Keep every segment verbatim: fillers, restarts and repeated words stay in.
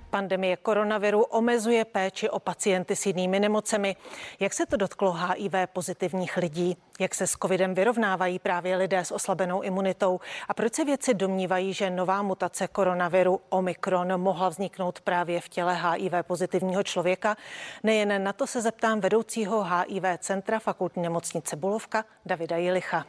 Pandemie koronaviru omezuje péči o pacienty s jinými nemocemi. Jak se to dotklo H I V pozitivních lidí? Jak se s covidem vyrovnávají právě lidé s oslabenou imunitou? A proč se vědci domnívají, že nová mutace koronaviru Omikron mohla vzniknout právě v těle H I V pozitivního člověka? Nejen na to se zeptám vedoucího H I V centra Fakultní nemocnice Bulovka Davida Jilicha.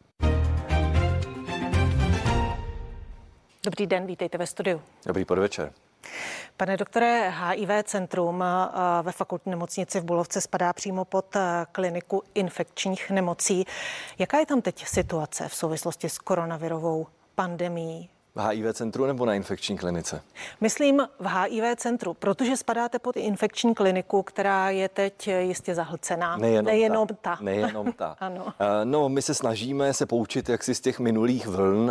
Dobrý den, vítejte ve studiu. Dobrý podvečer. Pane doktore, H I V centrum ve Fakultní nemocnici v Bulovce spadá přímo pod kliniku infekčních nemocí. Jaká je tam teď situace v souvislosti s koronavirovou pandemií? V H I V centru nebo na infekční klinice? Myslím v H I V centru, protože spadáte pod infekční kliniku, která je teď jistě zahlcená. Nejenom, Nejenom ta. ta. Nejenom ta. Ano. No, my se snažíme se poučit jaksi z těch minulých vln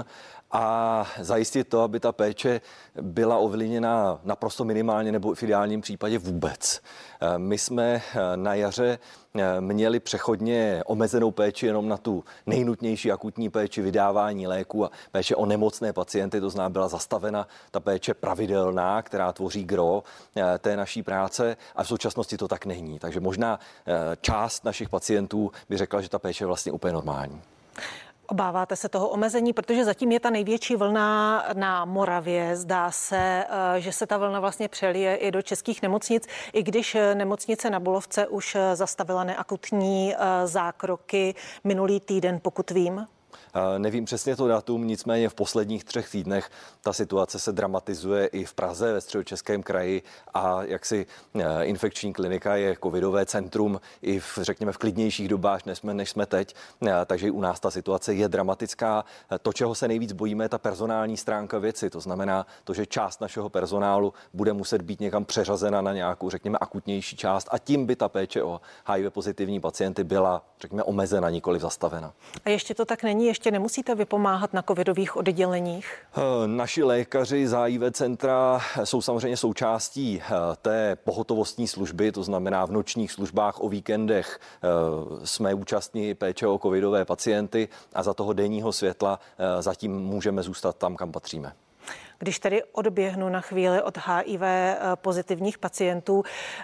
a zajistit to, aby ta péče byla ovlivněna naprosto minimálně nebo v ideálním případě vůbec. My jsme na jaře měli přechodně omezenou péči jenom na tu nejnutnější akutní péči, vydávání léků a péče o nemocné pacienty, to znamená byla zastavena ta péče pravidelná, která tvoří gro té naší práce, a v současnosti to tak není. Takže možná část našich pacientů by řekla, že ta péče je vlastně úplně normální. Obáváte se toho omezení, protože zatím je ta největší vlna na Moravě. Zdá se, že se ta vlna vlastně přelije i do českých nemocnic, i když nemocnice na Bulovce už zastavila neakutní zákroky minulý týden, pokud vím. Nevím přesně to datum, nicméně v posledních třech týdnech ta situace se dramatizuje i v Praze, ve Středočeském kraji, a jaksi infekční klinika je covidové centrum i v, řekněme, v klidnějších dobách, než jsme, než jsme teď, takže i u nás ta situace je dramatická. To, čeho se nejvíc bojíme, je ta personální stránka věci, to znamená to, že část našeho personálu bude muset být někam přeřazena na nějakou, řekněme, akutnější část, a tím by ta péče o H I V pozitivní pacienty byla, řekněme, omezena, nikoliv zastavena. A ještě to tak není, ještě nemusíte vypomáhat na covidových odděleních? Naši lékaři z H I V centra jsou samozřejmě součástí té pohotovostní služby, to znamená v nočních službách, o víkendech jsme účastní péče o covidové pacienty a za toho denního světla zatím můžeme zůstat tam, kam patříme. Když tedy odběhnu na chvíli od H I V pozitivních pacientů,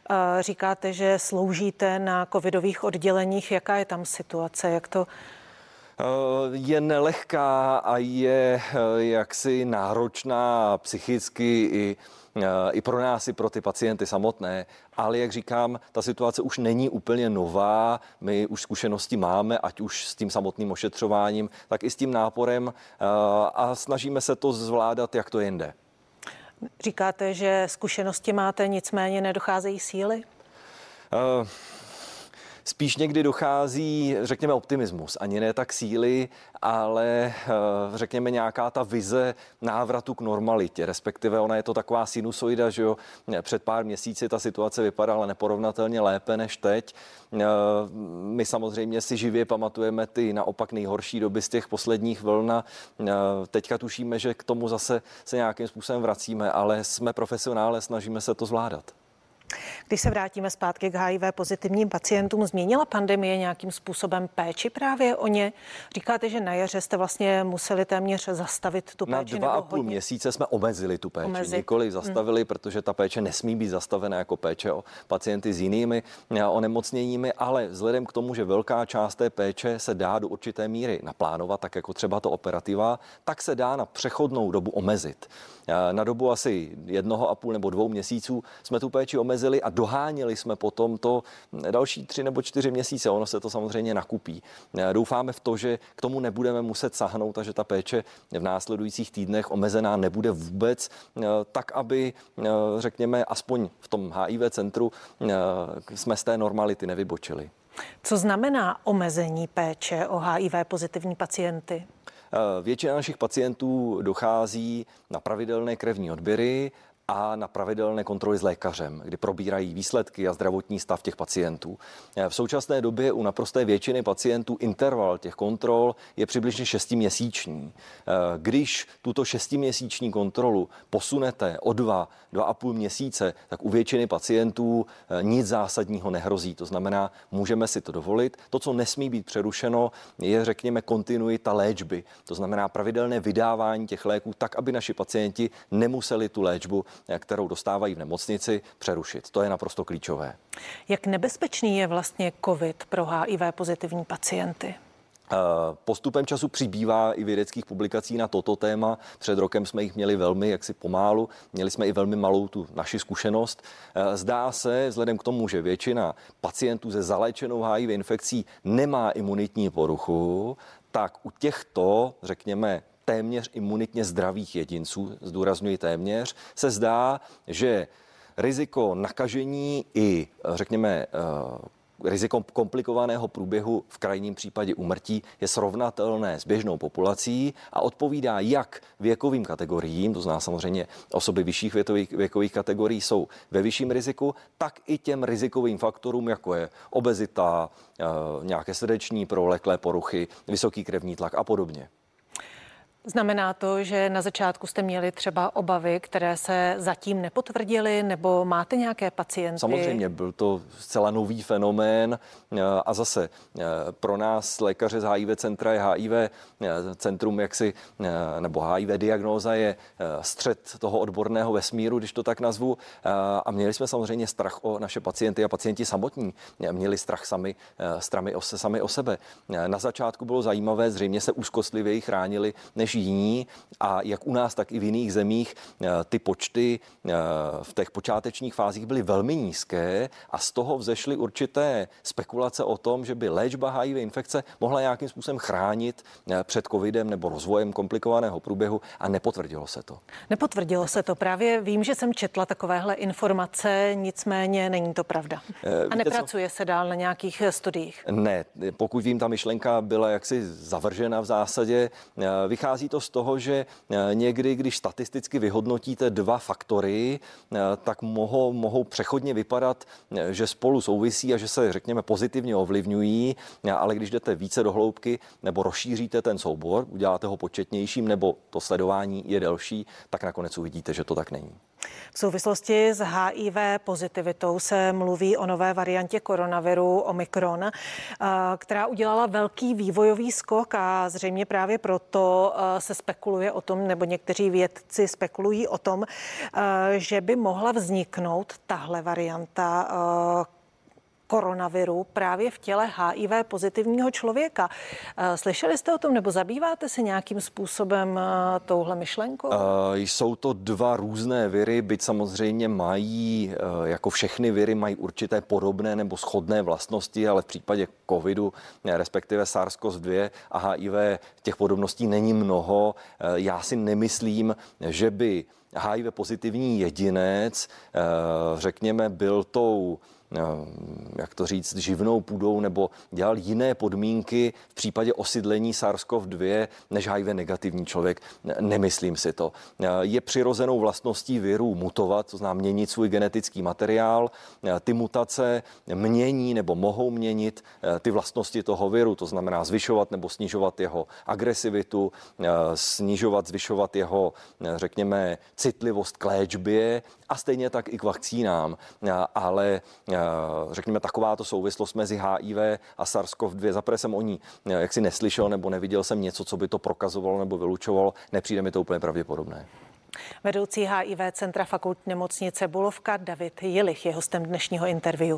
říkáte, že sloužíte na covidových odděleních. Jaká je tam situace? Jak to... Je nelehká a je jaksi náročná psychicky i, i pro nás, i pro ty pacienty samotné. Ale jak říkám, ta situace už není úplně nová. My už zkušenosti máme, ať už s tím samotným ošetřováním, tak i s tím náporem, a snažíme se to zvládat, jak to jinde. Říkáte, že zkušenosti máte, nicméně nedocházejí síly? Uh... Spíš někdy dochází, řekněme, optimismus, ani ne tak síly, ale řekněme nějaká ta vize návratu k normalitě, respektive ona je to taková sinusoida, že jo, před pár měsíci ta situace vypadala neporovnatelně lépe než teď. My samozřejmě si živě pamatujeme ty naopak nejhorší doby z těch posledních vln. Teďka tušíme, že k tomu zase se nějakým způsobem vracíme, ale jsme profesionále, snažíme se to zvládat. Když se vrátíme zpátky k H I V pozitivním pacientům, změnila pandemie nějakým způsobem péči právě o ně? Říkáte, že na jaře jste vlastně museli téměř zastavit tu péči. Na dva a půl měsíce jsme omezili tu péči. Omezit. Nikoliv zastavili, hmm. protože ta péče nesmí být zastavena jako péče o pacienty s jinými onemocněními, ale vzhledem k tomu, že velká část té péče se dá do určité míry naplánovat, tak jako třeba to operativa, tak se dá na přechodnou dobu omezit. Na dobu asi jednoho a půl nebo dvou měsíců jsme tu péči omezili a doháněli jsme potom to další tři nebo čtyři měsíce. Ono se to samozřejmě nakupí. Doufáme v to, že k tomu nebudeme muset sahnout a že ta péče v následujících týdnech omezená nebude vůbec, tak aby, řekněme, aspoň v tom H I V centru jsme z té normality nevybočili. Co znamená omezení péče o H I V pozitivní pacienty? Většina našich pacientů dochází na pravidelné krevní odběry a na pravidelné kontroly s lékařem, kdy probírají výsledky a zdravotní stav těch pacientů. V současné době u naprosté většiny pacientů interval těch kontrol je přibližně šestiměsíční. Když tuto šestiměsíční kontrolu posunete o dva, dva a půl měsíce, tak u většiny pacientů nic zásadního nehrozí. To znamená, můžeme si to dovolit. To, co nesmí být přerušeno, je, řekněme, kontinuita léčby. To znamená pravidelné vydávání těch léků tak, aby naši pacienti nemuseli tu léčbu kterou dostávají v nemocnici, přerušit. To je naprosto klíčové. Jak nebezpečný je vlastně COVID pro H I V pozitivní pacienty? Postupem času přibývá i vědeckých publikací na toto téma. Před rokem jsme jich měli velmi jaksi pomálu, měli jsme i velmi malou tu naši zkušenost. Zdá se, vzhledem k tomu, že většina pacientů se zaléčenou H I V infekcí nemá imunitní poruchu, tak u těchto, řekněme, téměř imunitně zdravých jedinců, zdůrazňuji téměř, se zdá, že riziko nakažení i, řekněme, riziko komplikovaného průběhu v krajním případě úmrtí je srovnatelné s běžnou populací a odpovídá jak věkovým kategoriím, to znamená samozřejmě osoby vyšších věkových, věkových kategorií jsou ve vyšším riziku, tak i těm rizikovým faktorům, jako je obezita, nějaké srdeční proleklé poruchy, vysoký krevní tlak a podobně. Znamená to, že na začátku jste měli třeba obavy, které se zatím nepotvrdily, nebo máte nějaké pacienty? Samozřejmě, byl to zcela nový fenomén a zase pro nás lékaře z H I V centra je H I V centrum jaksi, nebo H I V diagnóza je střed toho odborného vesmíru, když to tak nazvu, a měli jsme samozřejmě strach o naše pacienty a pacienti samotní měli strach sami, strami o se, sami o sebe. Na začátku bylo zajímavé, zřejmě se úzkostlivěji chránili než jiní a jak u nás, tak i v jiných zemích ty počty v těch počátečních fázích byly velmi nízké a z toho vzešly určité spekulace o tom, že by léčba H I V infekce mohla nějakým způsobem chránit před covidem nebo rozvojem komplikovaného průběhu a nepotvrdilo se to. Nepotvrdilo se to. Právě vím, že jsem četla takovéhle informace, nicméně není to pravda. A nepracuje se dál na nějakých studiích? Ne, pokud vím, ta myšlenka byla jaksi zavržena v zásadě. Vychází to z toho, že někdy, když statisticky vyhodnotíte dva faktory, tak mohou, mohou přechodně vypadat, že spolu souvisí a že se, řekněme, pozitivně ovlivňují, ale když jdete více do hloubky nebo rozšíříte ten soubor, uděláte ho početnějším nebo to sledování je delší, tak nakonec uvidíte, že to tak není. V souvislosti s H I V pozitivitou se mluví o nové variantě koronaviru Omikron, která udělala velký vývojový skok a zřejmě právě proto se spekuluje o tom, nebo někteří vědci spekulují o tom, že by mohla vzniknout tahle varianta koronaviru právě v těle H I V pozitivního člověka. Slyšeli jste o tom nebo zabýváte se nějakým způsobem touhle myšlenkou? Uh, jsou to dva různé viry, byť samozřejmě mají, uh, jako všechny viry, mají určité podobné nebo shodné vlastnosti, ale v případě covidu, respektive SARS-CoV dva a H I V těch podobností není mnoho. Uh, já si nemyslím, že by H I V pozitivní jedinec, uh, řekněme, byl tou jak to říct, živnou půdou nebo dělal jiné podmínky v případě osídlení SARS-CoV dva než H I V negativní člověk. Nemyslím si to. Je přirozenou vlastností virů mutovat, to znamená měnit svůj genetický materiál. Ty mutace mění nebo mohou měnit ty vlastnosti toho viru, to znamená zvyšovat nebo snižovat jeho agresivitu, snižovat, zvyšovat jeho, řekněme, citlivost k léčbě a stejně tak i k vakcínám. Ale řekněme, takováto souvislost mezi H I V a SARS-CoV dva, zaprvé jsem o ní jaksi neslyšel nebo neviděl jsem něco, co by to prokazovalo nebo vylučovalo, nepřijde mi to úplně pravděpodobné. Vedoucí H I V centra fakultní nemocnice Bulovka David Jilich je hostem dnešního interview.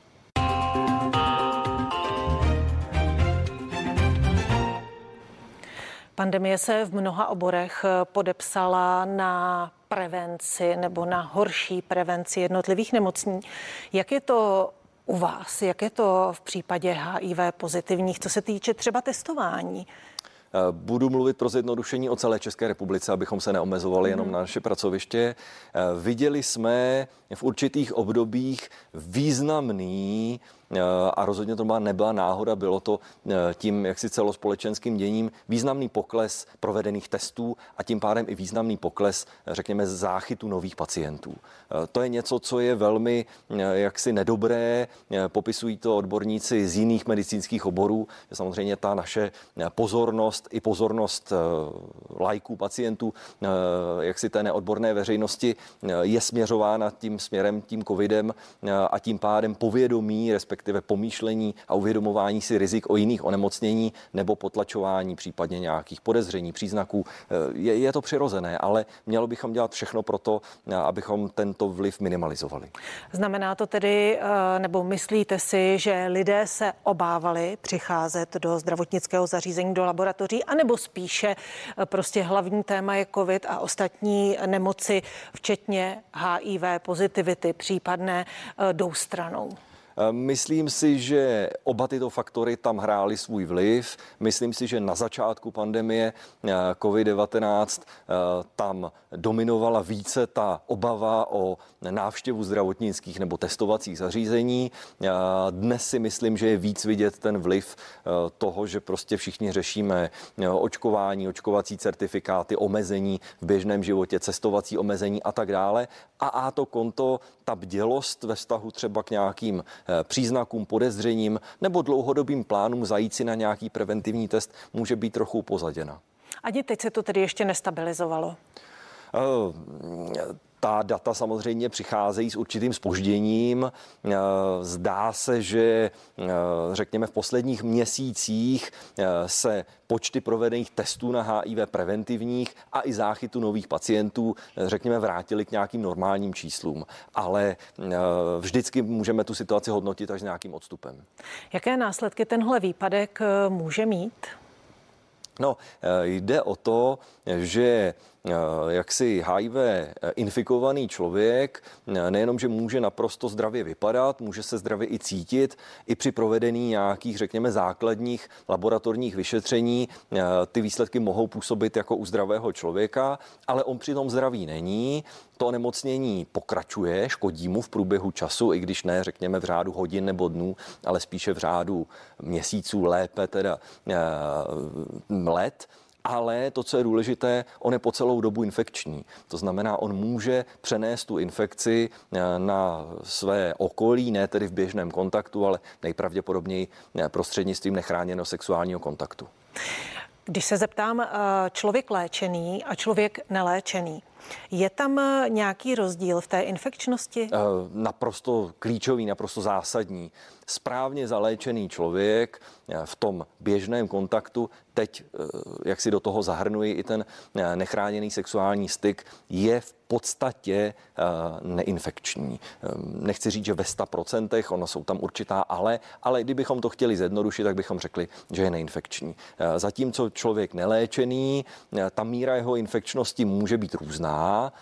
Pandemie se v mnoha oborech podepsala na prevenci nebo na horší prevenci jednotlivých nemocní. Jak je to u vás? Jak je to v případě H I V pozitivních, co se týče třeba testování? Budu mluvit pro zjednodušení o celé České republice, abychom se neomezovali jenom na naše pracoviště. Viděli jsme v určitých obdobích významný, a rozhodně to nebyla náhoda, bylo to tím jaksi celospolečenským děním, významný pokles provedených testů a tím pádem i významný pokles, řekněme, záchytu nových pacientů. To je něco, co je velmi jaksi nedobré, popisují to odborníci z jiných medicínských oborů. Samozřejmě ta naše pozornost i pozornost laiků, pacientů, jaksi té neodborné veřejnosti je směřována tím směrem, tím covidem a tím pádem povědomí, respektive respektive pomýšlení a uvědomování si rizik o jiných onemocnění nebo potlačování případně nějakých podezření, příznaků. Je, je to přirozené, ale mělo bychom dělat všechno pro to, abychom tento vliv minimalizovali. Znamená to tedy, nebo myslíte si, že lidé se obávali přicházet do zdravotnického zařízení, do laboratoří, anebo spíše prostě hlavní téma je COVID a ostatní nemoci, včetně H I V pozitivity, případné jdou stranou? Myslím si, že oba tyto faktory tam hrály svůj vliv. Myslím si, že na začátku pandemie covid devatenáct tam dominovala více ta obava o návštěvu zdravotnických nebo testovacích zařízení. Dnes si myslím, že je víc vidět ten vliv toho, že prostě všichni řešíme očkování, očkovací certifikáty, omezení v běžném životě, cestovací omezení a tak dále. A a to konto, ta bdělost ve vztahu třeba k nějakým příznakům, podezřením nebo dlouhodobým plánům zajít si na nějaký preventivní test může být trochu upozaděna. Ani teď se to tedy ještě nestabilizovalo? Uh, Ta data samozřejmě přicházejí s určitým zpožděním. Zdá se, že řekněme v posledních měsících se počty provedených testů na H I V preventivních a i záchytu nových pacientů řekněme vrátily k nějakým normálním číslům. Ale vždycky můžeme tu situaci hodnotit až s nějakým odstupem. Jaké následky tenhle výpadek může mít? No, jde o to, že jaksi H I V infikovaný člověk nejenom, že může naprosto zdravě vypadat, může se zdravě i cítit, i při provedení nějakých, řekněme, základních laboratorních vyšetření ty výsledky mohou působit jako u zdravého člověka, ale on přitom zdravý není. To onemocnění pokračuje, škodí mu v průběhu času, i když ne, řekněme, v řádu hodin nebo dnů, ale spíše v řádu měsíců, lépe teda let. Ale to, co je důležité, on je po celou dobu infekční. To znamená, on může přenést tu infekci na své okolí, ne tedy v běžném kontaktu, ale nejpravděpodobněji prostřednictvím nechráněného sexuálního kontaktu. Když se zeptám, člověk léčený a člověk neléčený, je tam nějaký rozdíl v té infekčnosti? Naprosto klíčový, naprosto zásadní. Správně zaléčený člověk v tom běžném kontaktu, teď jak si do toho zahrnuji i ten nechráněný sexuální styk, je v podstatě neinfekční. Nechci říct, že ve sto procent, ono jsou tam určitá ale, ale kdybychom to chtěli zjednodušit, tak bychom řekli, že je neinfekční. Zatímco člověk neléčený, ta míra jeho infekčnosti může být různá,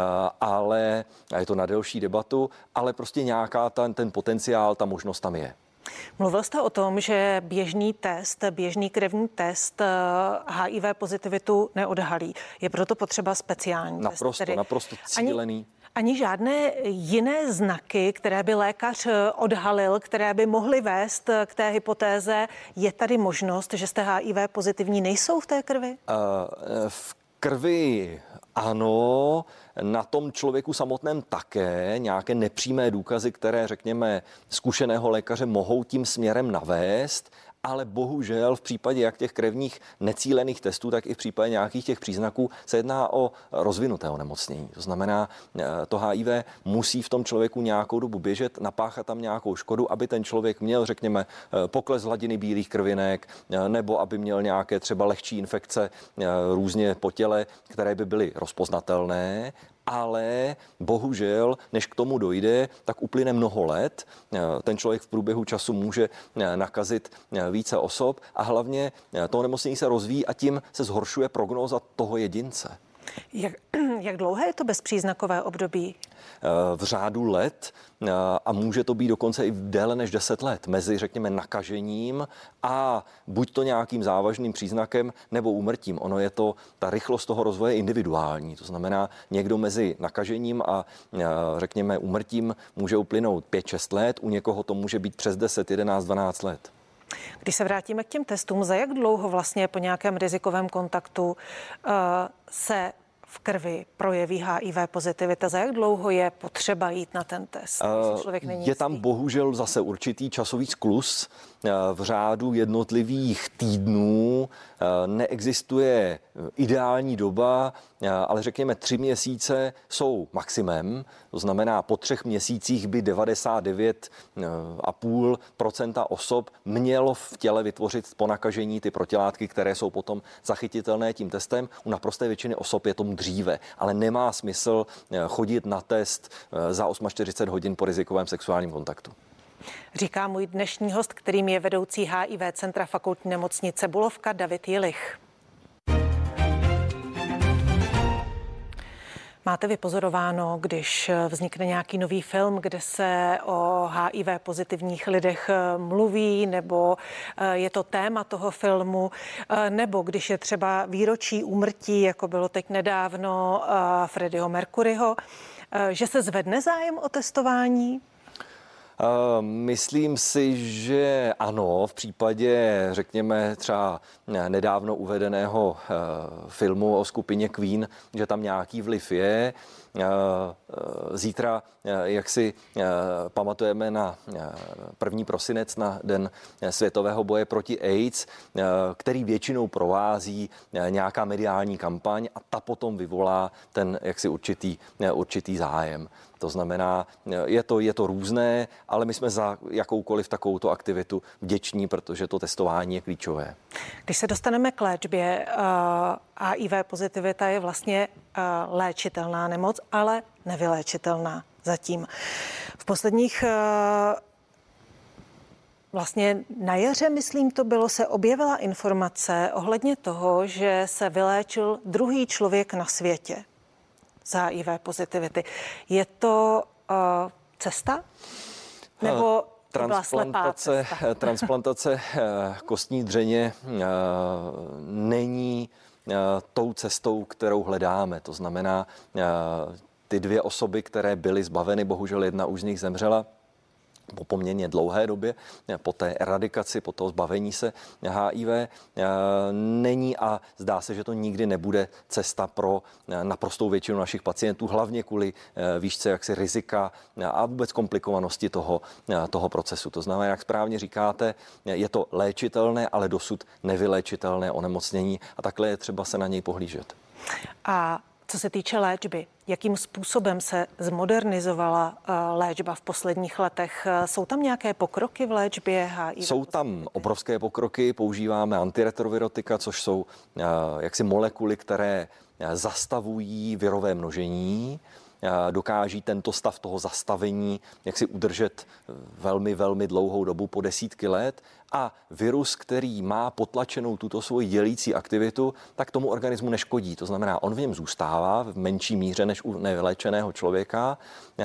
ale a je to na delší debatu, ale prostě nějaká ten, ten potenciál, ta možnost tam je. Mluvil jste o tom, že běžný test, běžný krevní test H I V pozitivitu neodhalí. Je proto potřeba speciální naprosto, test. Tedy naprosto cílený. Ani, ani žádné jiné znaky, které by lékař odhalil, které by mohly vést k té hypotéze, je tady možnost, že jste H I V pozitivní, nejsou v té krvi? Uh, v krvi ano, na tom člověku samotném také nějaké nepřímé důkazy, které, řekněme, zkušeného lékaře mohou tím směrem navést, ale bohužel v případě jak těch krevních necílených testů, tak i v případě nějakých těch příznaků se jedná o rozvinuté onemocnění. To znamená, to H I V musí v tom člověku nějakou dobu běžet, napáchat tam nějakou škodu, aby ten člověk měl, řekněme, pokles hladiny bílých krvinek, nebo aby měl nějaké třeba lehčí infekce různě po těle, které by byly rozpoznatelné. Ale bohužel, než k tomu dojde, tak uplyne mnoho let. Ten člověk v průběhu času může nakazit více osob a hlavně to onemocnění se rozvíjí a tím se zhoršuje prognóza toho jedince. Jak, jak dlouhé je to bezpříznakové období? V řádu let a může to být dokonce i déle než deset let mezi, řekněme, nakažením a buď to nějakým závažným příznakem nebo úmrtím. Ono je to, ta rychlost toho rozvoje individuální. To znamená, někdo mezi nakažením a řekněme úmrtím může uplynout pět šest let, u někoho to může být přes deset, jedenáct, dvanáct let. Když se vrátíme k těm testům, za jak dlouho vlastně po nějakém rizikovém kontaktu uh, se v krvi projeví H I V pozitivita? Za jak dlouho je potřeba jít na ten test? Člověk není je tam bohužel zase určitý časový skluz. V řádu jednotlivých týdnů neexistuje ideální doba, ale řekněme tři měsíce jsou maximem, to znamená po třech měsících by devadesát devět celá pět procenta osob mělo v těle vytvořit po nakažení ty protilátky, které jsou potom zachytitelné tím testem. U naprosté většiny osob je tomu dříve, ale nemá smysl chodit na test za čtyřicet osm hodin po rizikovém sexuálním kontaktu. Říká můj dnešní host, kterým je vedoucí H I V centra Fakultní nemocnice Bulovka David Jilich. Máte vypozorováno, když vznikne nějaký nový film, kde se o H I V pozitivních lidech mluví, nebo je to téma toho filmu, nebo když je třeba výročí úmrtí, jako bylo teď nedávno Freddieho Mercuryho, že se zvedne zájem o testování? Myslím si, že ano, v případě, řekněme, třeba nedávno uvedeného filmu o skupině Queen, že tam nějaký vliv je. Zítra, jak si pamatujeme na první prosinec, na den světového boje proti AIDS, který většinou provází nějaká mediální kampaň a ta potom vyvolá ten jaksi určitý, určitý zájem. To znamená, je to, je to různé, ale my jsme za jakoukoliv takovouto aktivitu vděční, protože to testování je klíčové. Když se dostaneme k léčbě, H I V pozitivita je vlastně léčitelná nemoc, ale nevyléčitelná zatím. V posledních vlastně na jaře, myslím, to bylo, se objevila informace ohledně toho, že se vyléčil druhý člověk na světě z H I V pozitivity. Je to uh, cesta? Nebo transplantace, transplantace kostní dřeně není tou cestou, kterou hledáme. To znamená, ty dvě osoby, které byly zbaveny, bohužel jedna už z nich zemřela po poměrně dlouhé době, po té eradikaci, po toho zbavení se H I V, není a zdá se, že to nikdy nebude cesta pro naprostou většinu našich pacientů, hlavně kvůli výšce jaksi rizika a vůbec komplikovanosti toho, toho procesu. To znamená, jak správně říkáte, je to léčitelné, ale dosud nevyléčitelné onemocnění a takhle je třeba se na něj pohlížet. A co se týče léčby, jakým způsobem se zmodernizovala léčba v posledních letech? Jsou tam nějaké pokroky v léčbě H I V? Jsou tam obrovské pokroky, používáme antiretrovirotika, což jsou jaksi molekuly, které zastavují virové množení, dokáží tento stav toho zastavení jak si udržet velmi, velmi dlouhou dobu, po desítky let a virus, který má potlačenou tuto svoji dělící aktivitu, tak tomu organismu neškodí. To znamená, on v něm zůstává v menší míře než u nevyléčeného člověka.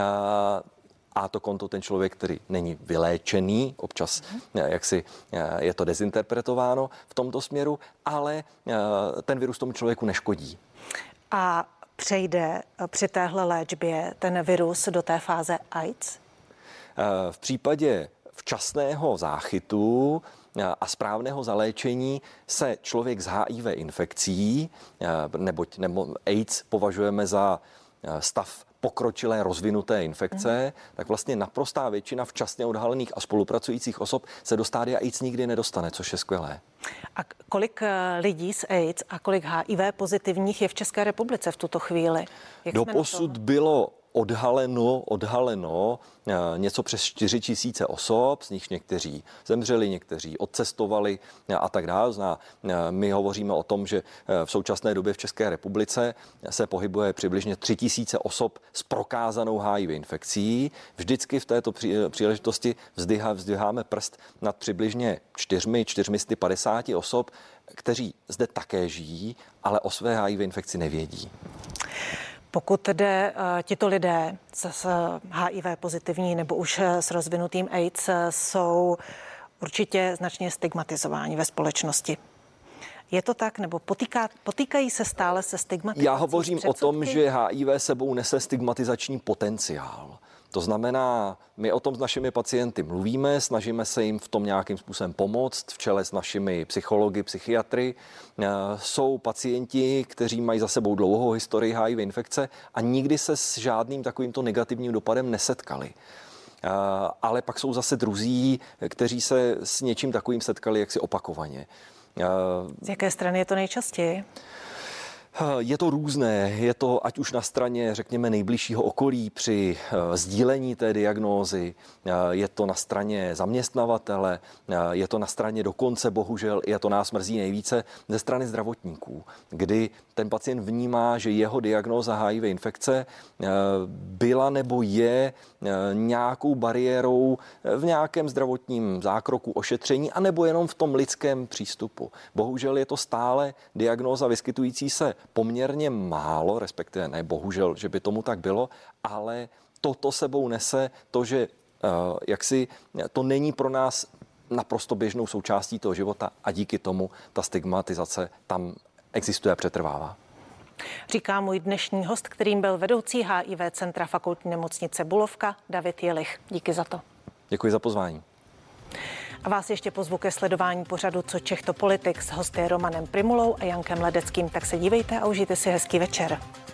A to konto ten člověk, který není vyléčený, občas jak si je to dezinterpretováno v tomto směru, ale ten virus tomu člověku neškodí. A přejde při téhle léčbě ten virus do té fáze AIDS? V případě včasného záchytu a správného zaléčení se člověk s H I V infekcí, neboť nebo AIDS považujeme za stav pokročilé rozvinuté infekce, mm. tak vlastně naprostá většina včasně odhalených a spolupracujících osob se do stádia AIDS nikdy nedostane, což je skvělé. A kolik lidí s AIDS a kolik H I V pozitivních je v České republice v tuto chvíli? Jak Doposud bylo odhaleno, odhaleno něco přes čtyři tisíce osob, z nich někteří zemřeli, někteří odcestovali a tak dále. My hovoříme o tom, že v současné době v České republice se pohybuje přibližně tři tisíce osob s prokázanou H I V infekcí. Vždycky v této příležitosti vzdyhá, vzdviháme prst nad přibližně čtyřmi, čtyřmi padesáti osob, kteří zde také žijí, ale o své H I V infekci nevědí. Pokud jde uh, tito lidé s H I V pozitivní nebo už s rozvinutým AIDS, jsou určitě značně stigmatizováni ve společnosti. Je to tak, nebo potýká, potýkají se stále se stigmatizací? Já hovořím o tom, že H I V sebou nese stigmatizační potenciál. To znamená, my o tom s našimi pacienty mluvíme, snažíme se jim v tom nějakým způsobem pomoct, v čele s našimi psychologi, psychiatry. Jsou pacienti, kteří mají za sebou dlouhou historii H I V infekce a nikdy se s žádným takovýmto negativním dopadem nesetkali. Ale pak jsou zase druzí, kteří se s něčím takovým setkali jaksi opakovaně. Z jaké strany je to nejčastěji? Je to různé, je to ať už na straně, řekněme, nejbližšího okolí při sdílení té diagnózy, je to na straně zaměstnavatele, je to na straně dokonce, bohužel, je to nás mrzí nejvíce, ze strany zdravotníků, kdy ten pacient vnímá, že jeho diagnóza H I V infekce byla nebo je nějakou bariérou v nějakém zdravotním zákroku, ošetření, anebo jenom v tom lidském přístupu. Bohužel je to stále diagnóza vyskytující se poměrně málo, respektive ne bohužel, že by tomu tak bylo, ale toto sebou nese to, že uh, jaksi to není pro nás naprosto běžnou součástí toho života a díky tomu ta stigmatizace tam existuje a přetrvává. Říká můj dnešní host, kterým byl vedoucí H I V centra Fakultní nemocnice Bulovka David Jillich. Díky za to. Děkuji za pozvání. A vás ještě pozvu ke sledování pořadu Co Čech to politik s hosty Romanem Primulou a Jankem Ledeckým. Tak se dívejte a užijte si hezký večer.